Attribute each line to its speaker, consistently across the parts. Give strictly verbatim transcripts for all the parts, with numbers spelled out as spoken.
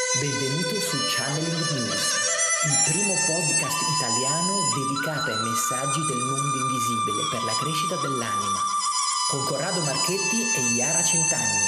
Speaker 1: Benvenuto su Channeling News, il primo podcast italiano dedicato ai messaggi del mondo invisibile per la crescita dell'anima, con Corrado Marchetti e Iara Centanni.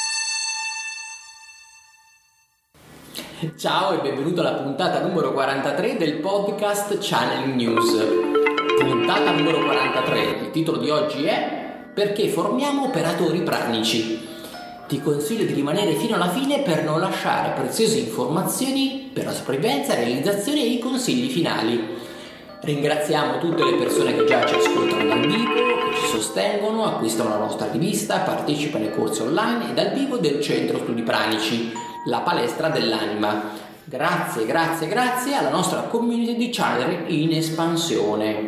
Speaker 2: Ciao e benvenuto alla puntata numero quarantatré del podcast Channeling News. Puntata numero quarantatré, il titolo di oggi è Perché formiamo operatori pranici. Ti consiglio di rimanere fino alla fine per non lasciare preziose informazioni per la sopravvivenza, realizzazione e i consigli finali. Ringraziamo tutte le persone che già ci ascoltano dal vivo, che ci sostengono, acquistano la nostra rivista, partecipano ai corsi online e dal vivo del Centro Studi Pranici, la palestra dell'anima. Grazie, grazie, grazie alla nostra community di channel in espansione.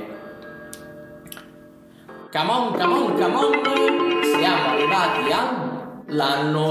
Speaker 2: Come on, come on, come on, siamo arrivati all'anno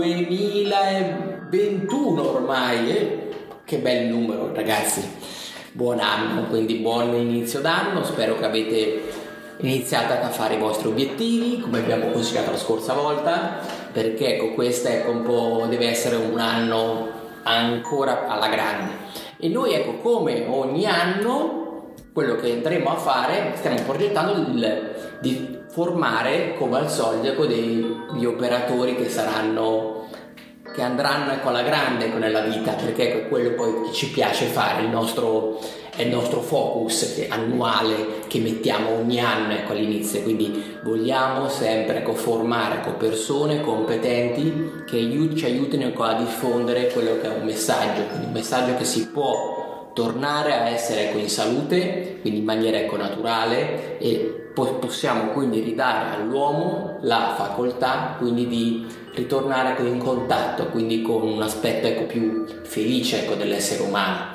Speaker 2: duemilaventuno ormai, eh? Che bel numero, ragazzi. Buon anno, quindi buon inizio d'anno, spero che avete iniziato a fare i vostri obiettivi come abbiamo consigliato la scorsa volta, perché ecco questo ecco un po' deve essere un anno ancora alla grande e noi ecco come ogni anno quello che andremo a fare stiamo progettando il, di formare come al solito ecco, degli operatori che saranno che andranno ecco alla grande ecco, nella vita, perché ecco quello poi che ci piace fare, il nostro è il nostro focus annuale che mettiamo ogni anno ecco, all'inizio, quindi vogliamo sempre ecco, formare ecco, persone competenti che aiut- ci aiutino ecco, a diffondere quello che è un messaggio, quindi un messaggio che si può tornare a essere ecco, in salute, quindi in maniera ecco, naturale e po- possiamo quindi ridare all'uomo la facoltà quindi di ritornare ecco, in contatto, quindi con un aspetto ecco, più felice ecco, dell'essere umano.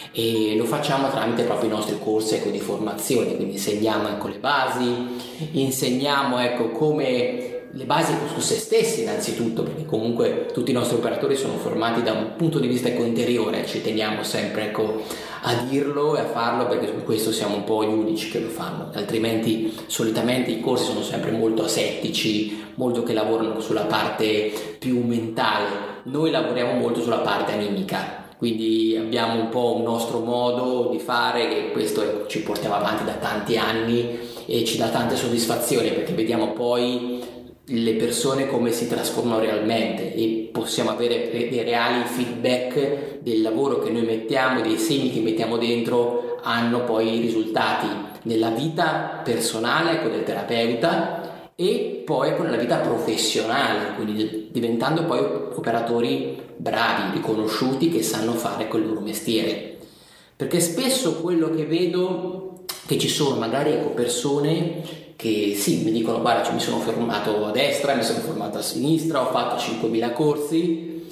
Speaker 2: E lo facciamo tramite proprio i nostri corsi ecco, di formazione, quindi insegniamo ecco, le basi, insegniamo ecco, come le basi ecco, su se stessi innanzitutto, perché comunque tutti i nostri operatori sono formati da un punto di vista ecco, interiore, ci teniamo sempre ecco, a dirlo e a farlo perché su questo siamo un po' gli unici che lo fanno, altrimenti solitamente i corsi sono sempre molto asettici, molto che lavorano sulla parte più mentale, noi lavoriamo molto sulla parte animica. Quindi abbiamo un po' un nostro modo di fare e questo ecco, ci portiamo avanti da tanti anni e ci dà tante soddisfazioni perché vediamo poi le persone come si trasformano realmente e possiamo avere dei reali feedback del lavoro che noi mettiamo, dei segni che mettiamo dentro hanno poi i risultati nella vita personale ecco, del terapeuta e poi con la vita professionale, quindi diventando poi operatori bravi, riconosciuti, che sanno fare quel loro mestiere. Perché spesso quello che vedo che ci sono magari ecco, persone che sì, mi dicono guarda mi sono formato a destra, mi sono formato a sinistra, ho fatto cinquemila corsi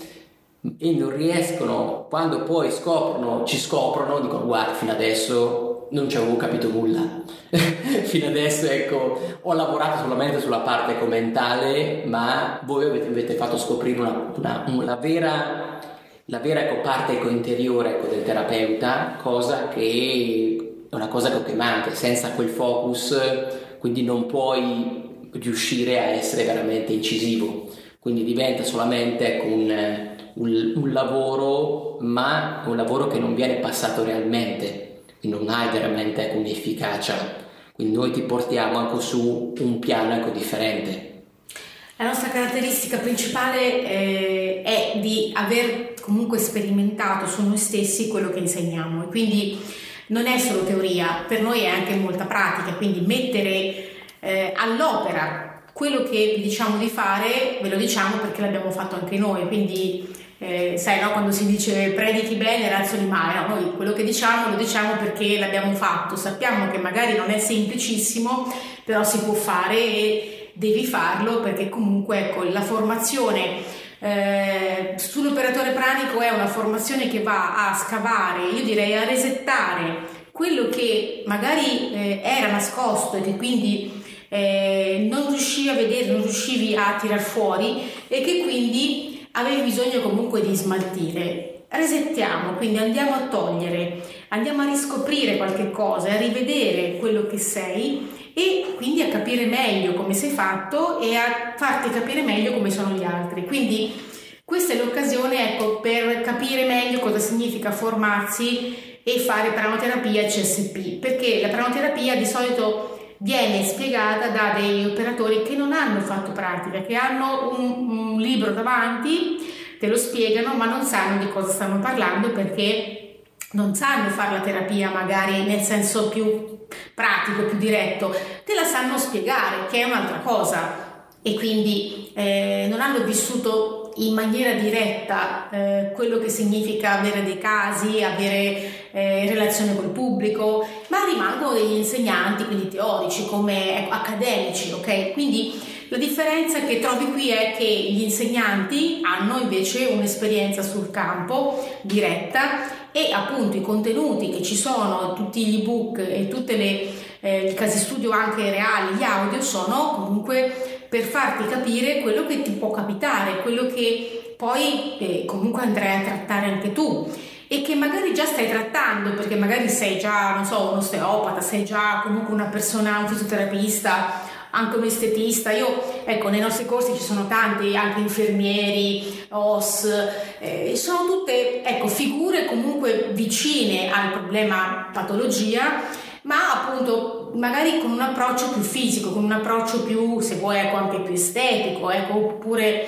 Speaker 2: e non riescono, quando poi scoprono, ci scoprono, dicono guarda fino adesso non ci avevo capito nulla fino adesso ecco ho lavorato solamente sulla parte ecco, mentale, ma voi avete, avete fatto scoprire una, una, una vera la vera ecco, parte ecco, interiore ecco, del terapeuta, cosa che è una cosa ecco, che manca, senza quel focus quindi non puoi riuscire a essere veramente incisivo, quindi diventa solamente ecco, un, un, un lavoro, ma un lavoro che non viene passato realmente, quindi non hai veramente ecco, un'efficacia, quindi noi ti portiamo anche su un piano ecco, differente.
Speaker 3: La nostra caratteristica principale eh, è di aver comunque sperimentato su noi stessi quello che insegniamo e quindi non è solo teoria, per noi è anche molta pratica, quindi mettere eh, all'opera quello che vi diciamo di fare, ve lo diciamo perché l'abbiamo fatto anche noi, quindi eh, sai no, quando si dice predichi bene, razzoli male, no? Noi quello che diciamo lo diciamo perché l'abbiamo fatto, sappiamo che magari non è semplicissimo, però si può fare e devi farlo perché comunque ecco, la formazione Eh, sull'operatore pranico è una formazione che va a scavare, io direi a resettare quello che magari eh, era nascosto e che quindi eh, non riuscivi a vedere, non riuscivi a tirar fuori e che quindi avevi bisogno comunque di smaltire. Resettiamo, quindi andiamo a togliere, andiamo a riscoprire qualche cosa, a rivedere quello che sei e quindi a capire meglio come sei fatto e a farti capire meglio come sono gli altri. Quindi questa è l'occasione, ecco, per capire meglio cosa significa formarsi e fare pranoterapia C S P, perché la pranoterapia di solito viene spiegata da dei operatori che non hanno fatto pratica, che hanno un, un libro davanti, te lo spiegano, ma non sanno di cosa stanno parlando, perché non sanno fare la terapia magari nel senso più pratico, più diretto, te la sanno spiegare, che è un'altra cosa, e quindi eh, non hanno vissuto in maniera diretta eh, quello che significa avere dei casi, avere eh, relazione col pubblico, ma rimangono degli insegnanti, quindi teorici, come ecco, accademici, ok? Quindi la differenza che trovi qui è che gli insegnanti hanno invece un'esperienza sul campo diretta, e appunto i contenuti che ci sono, tutti gli ebook e tutte le eh, i casi studio anche reali, gli audio, sono comunque per farti capire quello che ti può capitare, quello che poi eh, comunque andrai a trattare anche tu e che magari già stai trattando, perché magari sei già, non so, un osteopata, sei già comunque una persona, un fisioterapista, anche un estetista. Io, ecco, nei nostri corsi ci sono tanti, anche infermieri, O S, eh, sono tutte, ecco, figure comunque vicine al problema patologia, ma appunto magari con un approccio più fisico, con un approccio più, se vuoi, ecco, anche più estetico, ecco, oppure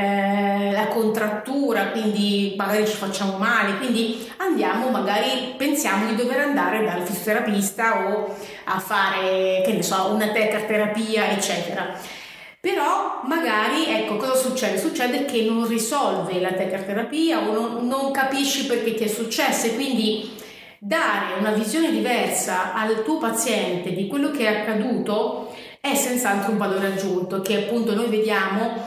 Speaker 3: eh, la contrattura, quindi magari ci facciamo male, quindi andiamo, magari pensiamo di dover andare dal fisioterapista o a fare, che ne so, una tecarterapia, eccetera. Però magari, ecco, cosa succede? Succede che non risolve la tecarterapia o non, non capisci perché ti è successo, e quindi dare una visione diversa al tuo paziente di quello che è accaduto è senz'altro un valore aggiunto, che appunto noi vediamo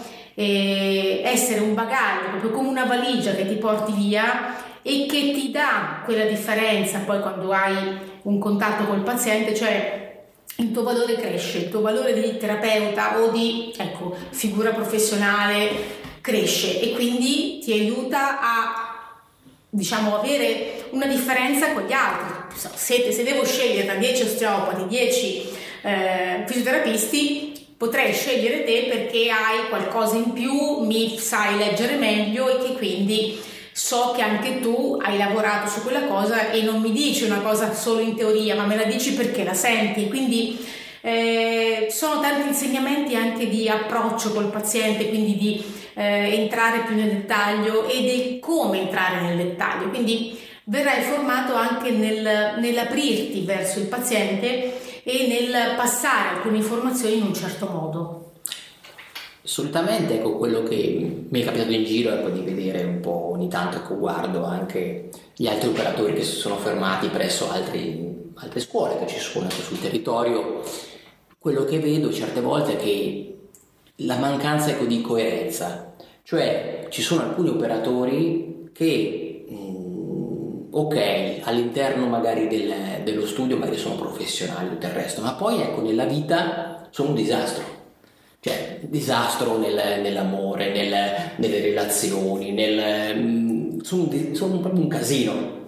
Speaker 3: eh, essere un bagaglio, proprio come una valigia che ti porti via e che ti dà quella differenza poi quando hai un contatto col paziente, cioè il tuo valore cresce, il tuo valore di terapeuta o di, ecco, figura professionale cresce, e quindi ti aiuta a, diciamo, avere una differenza con gli altri. Se, se devo scegliere tra dieci osteopati, dieci eh, fisioterapisti, potrei scegliere te perché hai qualcosa in più, mi sai leggere meglio e che quindi so che anche tu hai lavorato su quella cosa e non mi dici una cosa solo in teoria, ma me la dici perché la senti. Quindi eh, sono tanti insegnamenti anche di approccio col paziente, quindi di eh, entrare più nel dettaglio e di come entrare nel dettaglio. Quindi verrai formato anche nel, nell'aprirti verso il paziente e nel passare alcune informazioni in un certo modo.
Speaker 2: Assolutamente, ecco, quello che mi è capitato in giro, ecco, di vedere un po' ogni tanto, ecco, guardo anche gli altri operatori che si sono fermati presso altri, altre scuole che ci sono, ecco, sul territorio. Quello che vedo certe volte è che la mancanza, ecco, di coerenza, cioè ci sono alcuni operatori che mh, ok, all'interno magari del, dello studio magari sono professionali, tutto il resto, ma poi, ecco, nella vita sono un disastro. Cioè, disastro nel, nell'amore, nel, nelle relazioni, nel, sono, sono proprio un casino.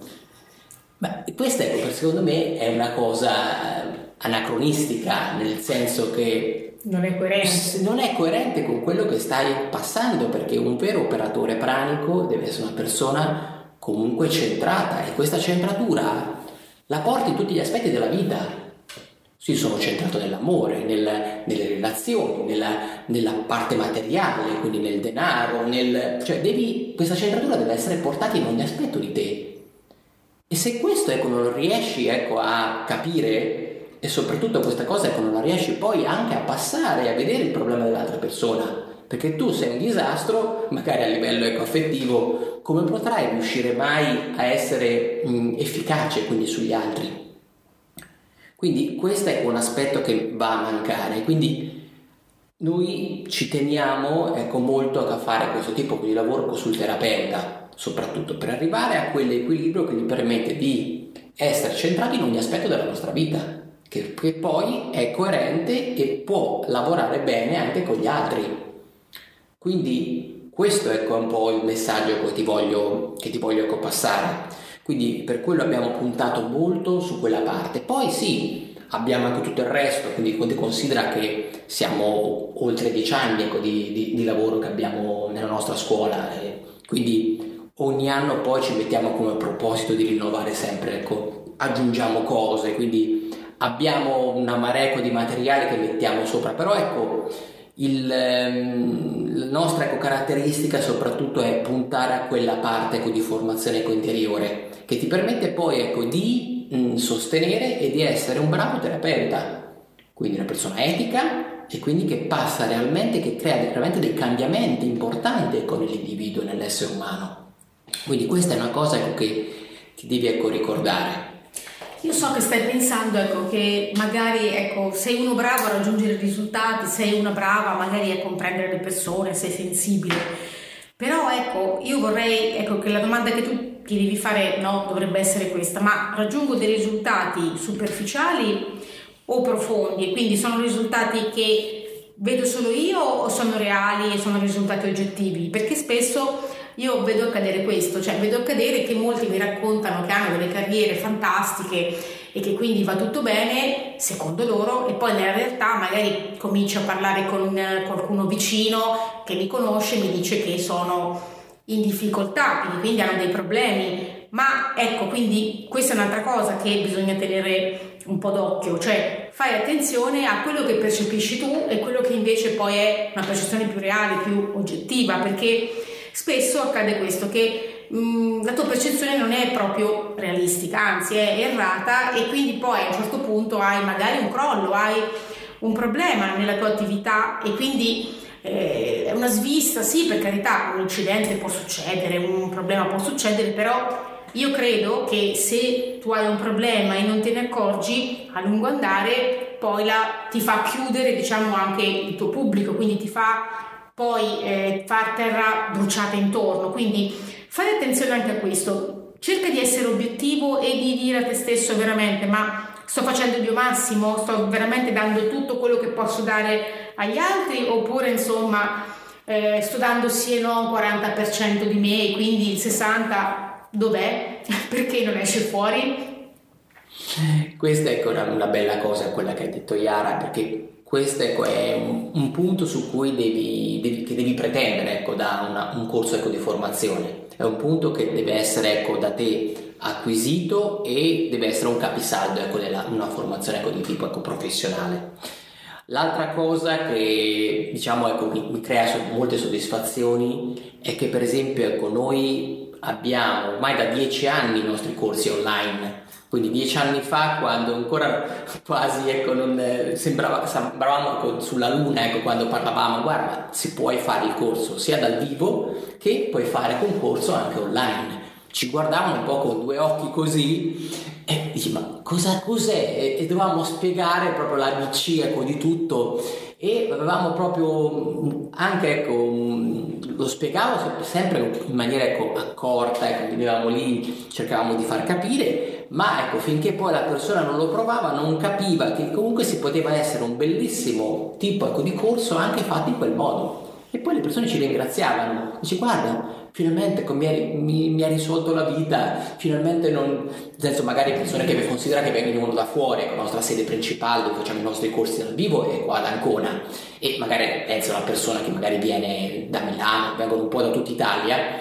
Speaker 2: Ma questa, ecco, secondo me è una cosa anacronistica, nel senso che
Speaker 3: non è coerente.
Speaker 2: Non è coerente con quello che stai passando, perché un vero operatore pranico deve essere una persona comunque centrata, e questa centratura la porti in tutti gli aspetti della vita. Sì, sono centrato nell'amore, nel, nelle relazioni, nella, nella parte materiale, quindi nel denaro, nel, cioè devi, questa centratura deve essere portata in ogni aspetto di te. E se questo, ecco, non riesci, ecco, a capire, e soprattutto questa cosa, ecco, non la riesci poi anche a passare, a vedere il problema dell'altra persona, perché tu sei un disastro, magari a livello, ecco, affettivo, come potrai riuscire mai a essere mh, efficace quindi sugli altri? Quindi questo è un aspetto che va a mancare, quindi noi ci teniamo, ecco, molto a fare questo tipo di lavoro sul terapeuta, soprattutto per arrivare a quell'equilibrio che gli permette di essere centrato in ogni aspetto della nostra vita, che, che poi è coerente e può lavorare bene anche con gli altri. Quindi questo, ecco, è un po' il messaggio che ti voglio, che ti voglio ecco, passare. Quindi per quello abbiamo puntato molto su quella parte. Poi sì, abbiamo anche tutto il resto, quindi considera che siamo oltre dieci anni, ecco, di, di, di lavoro che abbiamo nella nostra scuola. E quindi ogni anno poi ci mettiamo come proposito di rinnovare sempre, ecco, aggiungiamo cose, quindi abbiamo una marea di materiale che mettiamo sopra, però ecco il, ehm, la nostra ecco, caratteristica soprattutto è puntare a quella parte ecco, di formazione ecco, interiore che ti permette poi ecco, di mh, sostenere e di essere un bravo terapeuta, quindi una persona etica e quindi che passa realmente, che crea realmente dei cambiamenti importanti ecco, nell'individuo e nell'essere umano. Quindi questa è una cosa ecco, che ti devi ecco, ricordare.
Speaker 3: Io so che stai pensando ecco, che magari ecco, sei uno bravo a raggiungere risultati, sei una brava magari a comprendere le persone, sei sensibile, però ecco io vorrei ecco, che la domanda che tu ti devi fare no, dovrebbe essere questa: ma raggiungo dei risultati superficiali o profondi, e quindi sono risultati che vedo solo io o sono reali e sono risultati oggettivi? Perché spesso io vedo accadere questo, cioè vedo accadere che molti mi raccontano che hanno delle carriere fantastiche e che quindi va tutto bene secondo loro, e poi nella realtà magari comincio a parlare con qualcuno vicino che mi conosce e mi dice che sono in difficoltà, quindi, quindi hanno dei problemi. Ma ecco, quindi questa è un'altra cosa che bisogna tenere un po' d'occhio, cioè fai attenzione a quello che percepisci tu e quello che invece poi è una percezione più reale, più oggettiva, perché spesso accade questo, che mh, la tua percezione non è proprio realistica, anzi è errata, e quindi poi a un certo punto hai magari un crollo, hai un problema nella tua attività e quindi eh, è una svista, sì, per carità, un incidente può succedere, un problema può succedere, però io credo che se tu hai un problema e non te ne accorgi, a lungo andare poi la, ti fa chiudere diciamo anche il tuo pubblico, quindi ti fa poi eh, far terra bruciata intorno. Quindi fai attenzione anche a questo, cerca di essere obiettivo e di dire a te stesso veramente: ma sto facendo il mio massimo, sto veramente dando tutto quello che posso dare agli altri, oppure insomma eh, sto dando sì e no un quaranta per cento di me e quindi il sessanta per cento dov'è? Perché non esce fuori?
Speaker 2: Questa ecco, è una bella cosa quella che hai detto Yara, perché questo ecco, è un, un punto su cui devi, devi, che devi pretendere ecco, da una, un corso ecco, di formazione. È un punto che deve essere ecco, da te acquisito e deve essere un capisaldo ecco, della una formazione ecco, di tipo ecco, professionale. L'altra cosa che diciamo ecco, mi, mi crea molte soddisfazioni è che per esempio ecco, noi abbiamo ormai da dieci anni i nostri corsi online, quindi dieci anni fa, quando ancora quasi ecco, non, eh, sembrava, sembravamo ecco, sulla luna ecco, quando parlavamo, guarda, si puoi fare il corso sia dal vivo che puoi fare concorso anche online. Ci guardavano un po' con due occhi così e dici: ma cosa, cos'è? E, e dovevamo spiegare proprio l'A B C ecco, di tutto, e avevamo proprio anche ecco, lo spiegavo sempre in maniera ecco, accorta, ecco, venivamo lì, cercavamo di far capire, ma ecco, finché poi la persona non lo provava non capiva che comunque si poteva essere un bellissimo tipo ecco, di corso anche fatto in quel modo. E poi le persone ci ringraziavano, dice: guarda, finalmente ecco, mi, ha, mi, mi ha risolto la vita, finalmente non, nel senso magari persone che considera che vengono da fuori, ecco, la nostra sede principale dove facciamo i nostri corsi dal vivo è qua ad Ancona, e magari pensa a una persona che magari viene da Milano, vengono un po' da tutta Italia,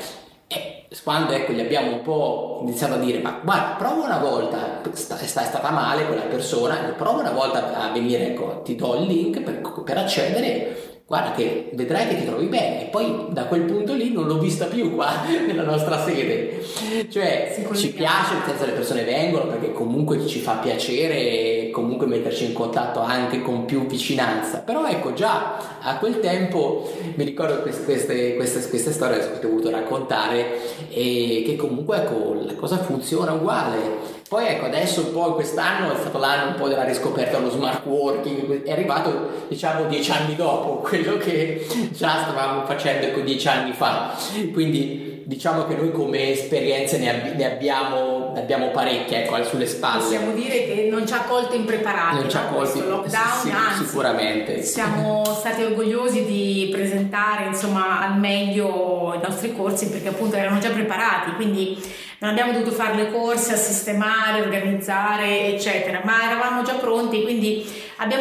Speaker 2: e quando ecco gli abbiamo un po' iniziato a dire: ma guarda, prova una volta, sta, sta, è stata male quella persona, prova una volta a venire, ecco, ti do il link per, per accedere, guarda che vedrai che ti trovi bene. E poi da quel punto lì non l'ho vista più qua nella nostra sede, cioè ci piace, nel senso le persone vengono perché comunque ci fa piacere comunque metterci in contatto anche con più vicinanza, però ecco già a quel tempo mi ricordo queste, queste, queste, queste storie che ho voluto raccontare, e che comunque ecco la cosa funziona uguale. Poi ecco adesso poi quest'anno è stato l'anno un po' della riscoperta dello smart working, è arrivato diciamo dieci anni dopo quello che già stavamo facendo ecco dieci anni fa, quindi diciamo che noi come esperienze ne, ab- ne abbiamo ne abbiamo parecchie ecco sulle spalle.
Speaker 3: Possiamo dire che non ci ha colto impreparati,
Speaker 2: non ci ha
Speaker 3: no?
Speaker 2: colto
Speaker 3: questo lockdown,
Speaker 2: sì,
Speaker 3: anzi,
Speaker 2: sicuramente
Speaker 3: siamo stati orgogliosi di presentare insomma al meglio i nostri corsi, perché appunto erano già preparati, quindi non abbiamo dovuto fare le corse a sistemare, organizzare eccetera, ma eravamo già pronti, quindi abbiamo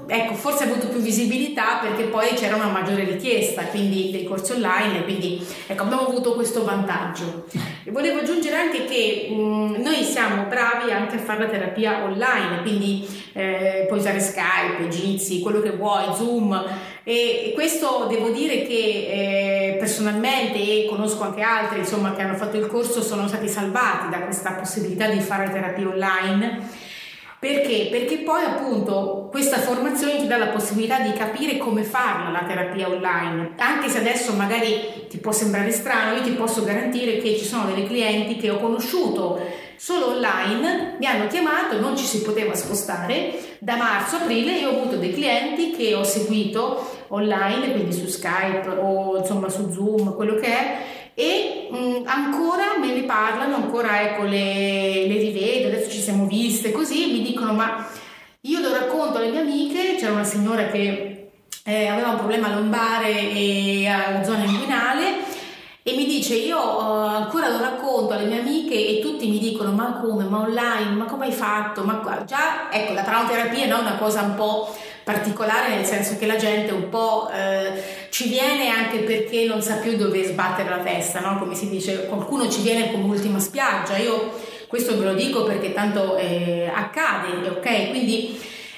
Speaker 3: ecco, forse ha avuto più visibilità perché poi c'era una maggiore richiesta, quindi dei corsi online, quindi ecco, abbiamo avuto questo vantaggio. E volevo aggiungere anche che mh, noi siamo bravi anche a fare la terapia online, quindi eh, puoi usare Skype, Jitsi, quello che vuoi, Zoom, e questo devo dire che eh, personalmente, e conosco anche altri insomma che hanno fatto il corso, sono stati salvati da questa possibilità di fare terapia online. Perché? Perché poi appunto questa formazione ti dà la possibilità di capire come farla la terapia online, anche se adesso magari ti può sembrare strano. Io ti posso garantire che ci sono delle clienti che ho conosciuto solo online, mi hanno chiamato, non ci si poteva spostare, da marzo, aprile io ho avuto dei clienti che ho seguito online, quindi su Skype o insomma su Zoom, quello che è, e mh, ancora me ne parlano, ancora ecco le, le rivedo, adesso ci siamo viste così, mi dicono ma io lo racconto alle mie amiche. C'era una signora che eh, aveva un problema lombare e alla zona inguinale e mi dice io uh, ancora lo racconto alle mie amiche e tutti mi dicono ma come, ma online, ma come hai fatto, ma qua già ecco la pranoterapia no, è una cosa un po' particolare, nel senso che la gente un po' eh, ci viene anche perché non sa più dove sbattere la testa, no? Come si dice, qualcuno ci viene come ultima spiaggia. Io questo ve lo dico perché tanto eh, accade, ok? Quindi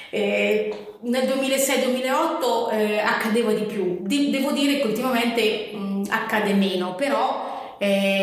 Speaker 3: eh, nel duemilasei duemilaotto eh, accadeva di più, di, devo dire che ultimamente mh, accade meno, però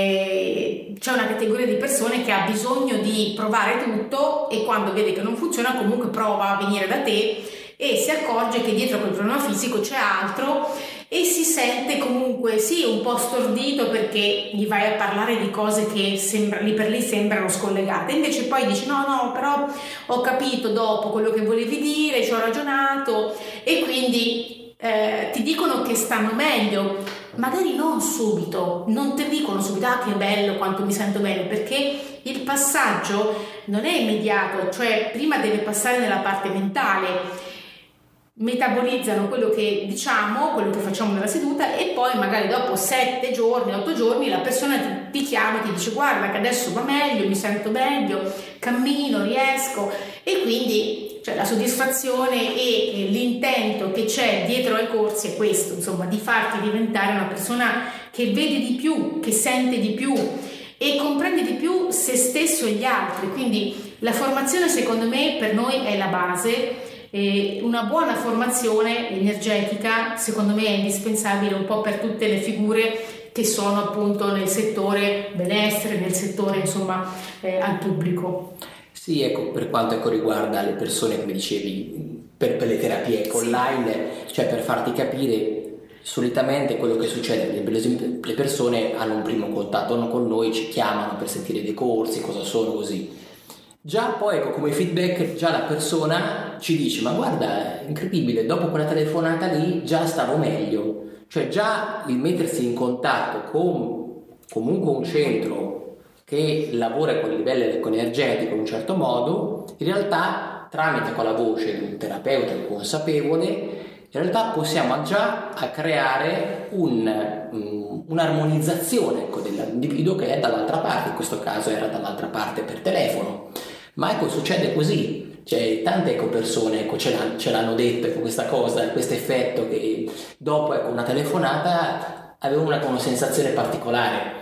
Speaker 3: eh, c'è una categoria di persone che ha bisogno di provare tutto e quando vede che non funziona comunque prova a venire da te e si accorge che dietro quel problema fisico c'è altro e si sente comunque sì un po' stordito perché gli vai a parlare di cose che sembra, lì per lì sembrano scollegate, invece poi dici no no però ho capito dopo quello che volevi dire, ci ho ragionato e quindi eh, ti dicono che stanno meglio, magari non subito, non ti dicono subito ah che bello quanto mi sento bene, perché il passaggio non è immediato, cioè prima deve passare nella parte mentale, metabolizzano quello che diciamo, quello che facciamo nella seduta e poi magari dopo sette giorni, otto giorni la persona ti, ti chiama e ti dice guarda che adesso va meglio, mi sento meglio, cammino, riesco e quindi cioè, la soddisfazione e l'intento che c'è dietro ai corsi è questo, insomma, di farti diventare una persona che vede di più, che sente di più e comprende di più se stesso e gli altri. Quindi la formazione secondo me per noi è la base. E una buona formazione energetica secondo me è indispensabile un po' per tutte le figure che sono appunto nel settore benessere, nel settore insomma eh, al pubblico.
Speaker 2: Sì, ecco, per quanto ecco, riguarda le persone, come dicevi, per, per le terapie ecco, sì. online, cioè per farti capire, solitamente quello che succede, per esempio, le persone hanno un primo contatto con noi, ci chiamano per sentire dei corsi, cosa sono così. Già poi ecco come feedback già la persona ci dice ma guarda è incredibile, dopo quella telefonata lì già stavo meglio, cioè già il mettersi in contatto con comunque un centro che lavora con il livello energetico in un certo modo, in realtà tramite con la voce di un terapeuta consapevole in realtà possiamo già a creare un, um, un'armonizzazione ecco, dell'individuo che è dall'altra parte, in questo caso era dall'altra parte per telefono. Ma ecco succede così, cioè tante ecco, persone ecco, ce, l'hanno, ce l'hanno detto ecco, questa cosa, questo effetto che dopo ecco, una telefonata avevano una, una sensazione particolare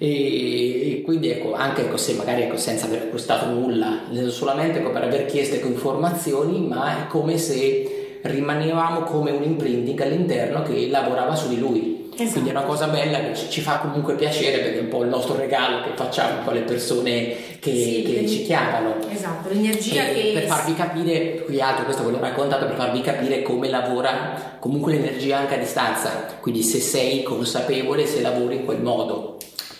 Speaker 2: e, e quindi ecco, anche ecco, se magari ecco, senza aver acquistato nulla, solamente ecco, per aver chiesto ecco, informazioni, ma è come se rimanevamo come un imprinting all'interno che lavorava su di lui. Esatto. Quindi è una cosa bella che ci, ci fa comunque piacere perché è un po' il nostro regalo che facciamo con le persone che, sì, che ci chiamano.
Speaker 3: Esatto, l'energia
Speaker 2: e
Speaker 3: che...
Speaker 2: per farvi capire, qui altro questo ve l'ho raccontato per farvi capire come lavora comunque l'energia anche a distanza, quindi se sei consapevole, se lavori in quel modo.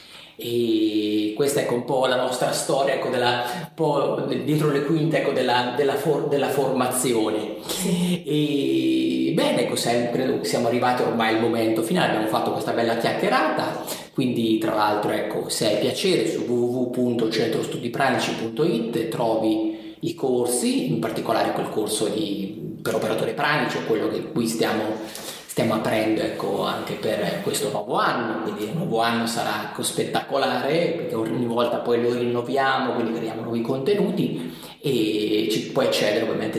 Speaker 2: E questa è ecco, un po' la nostra storia ecco, della, un po' dietro le quinte ecco, della, della, for, della formazione.
Speaker 3: Sì.
Speaker 2: E bene, ecco, credo che siamo arrivati ormai al momento finale, abbiamo fatto questa bella chiacchierata, quindi tra l'altro ecco, se hai piacere su w w w punto centro studi pranici punto i t trovi i corsi, in particolare quel corso di, per operatore pranico, quello che qui stiamo stiamo aprendo ecco, anche per questo nuovo anno, quindi il nuovo anno sarà ecco, spettacolare perché ogni volta poi lo rinnoviamo, quindi creiamo nuovi contenuti e ci puoi accedere ovviamente da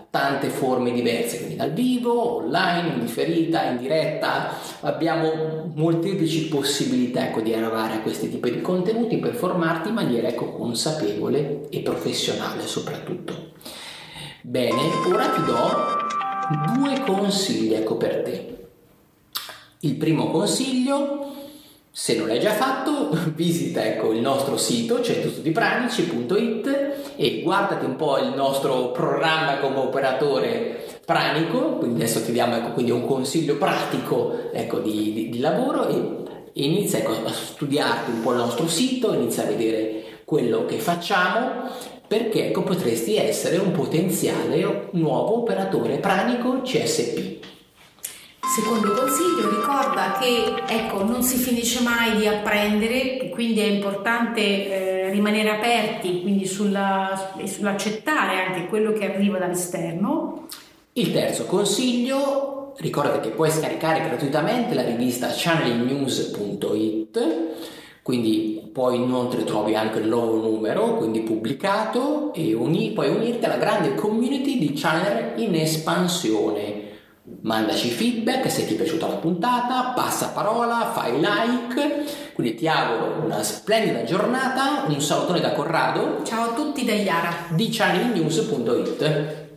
Speaker 2: tante forme diverse, quindi dal vivo, online, in differita, in diretta. Abbiamo molteplici possibilità, ecco, di arrivare a questi tipi di contenuti per formarti in maniera, ecco, consapevole e professionale soprattutto. Bene, ora ti do due consigli, ecco, per te. Il primo consiglio, se non l'hai già fatto, visita, ecco, il nostro sito centro studi pranici punto it e guardati un po' il nostro programma come operatore pranico. Quindi adesso ti diamo, ecco, quindi un consiglio pratico, ecco, di, di, di lavoro, e, e inizia, ecco, a studiarti un po' il nostro sito, inizia a vedere quello che facciamo, perché, ecco, potresti essere un potenziale nuovo operatore pranico C S P.
Speaker 3: Secondo consiglio, ricorda che, ecco, non si finisce mai di apprendere, quindi è importante eh, rimanere aperti, quindi sulla, sull'accettare anche quello che arriva dall'esterno.
Speaker 2: Il terzo consiglio, ricorda che puoi scaricare gratuitamente la rivista channeling news punto it, quindi poi inoltre trovi anche il nuovo numero, quindi pubblicato, e uni, puoi unirti alla grande community di channeler in espansione. Mandaci feedback se ti è piaciuta la puntata, passa parola, fai like. Quindi ti auguro una splendida giornata, un salutone da Corrado.
Speaker 3: Ciao a tutti da Iara
Speaker 2: di channeling news punto it.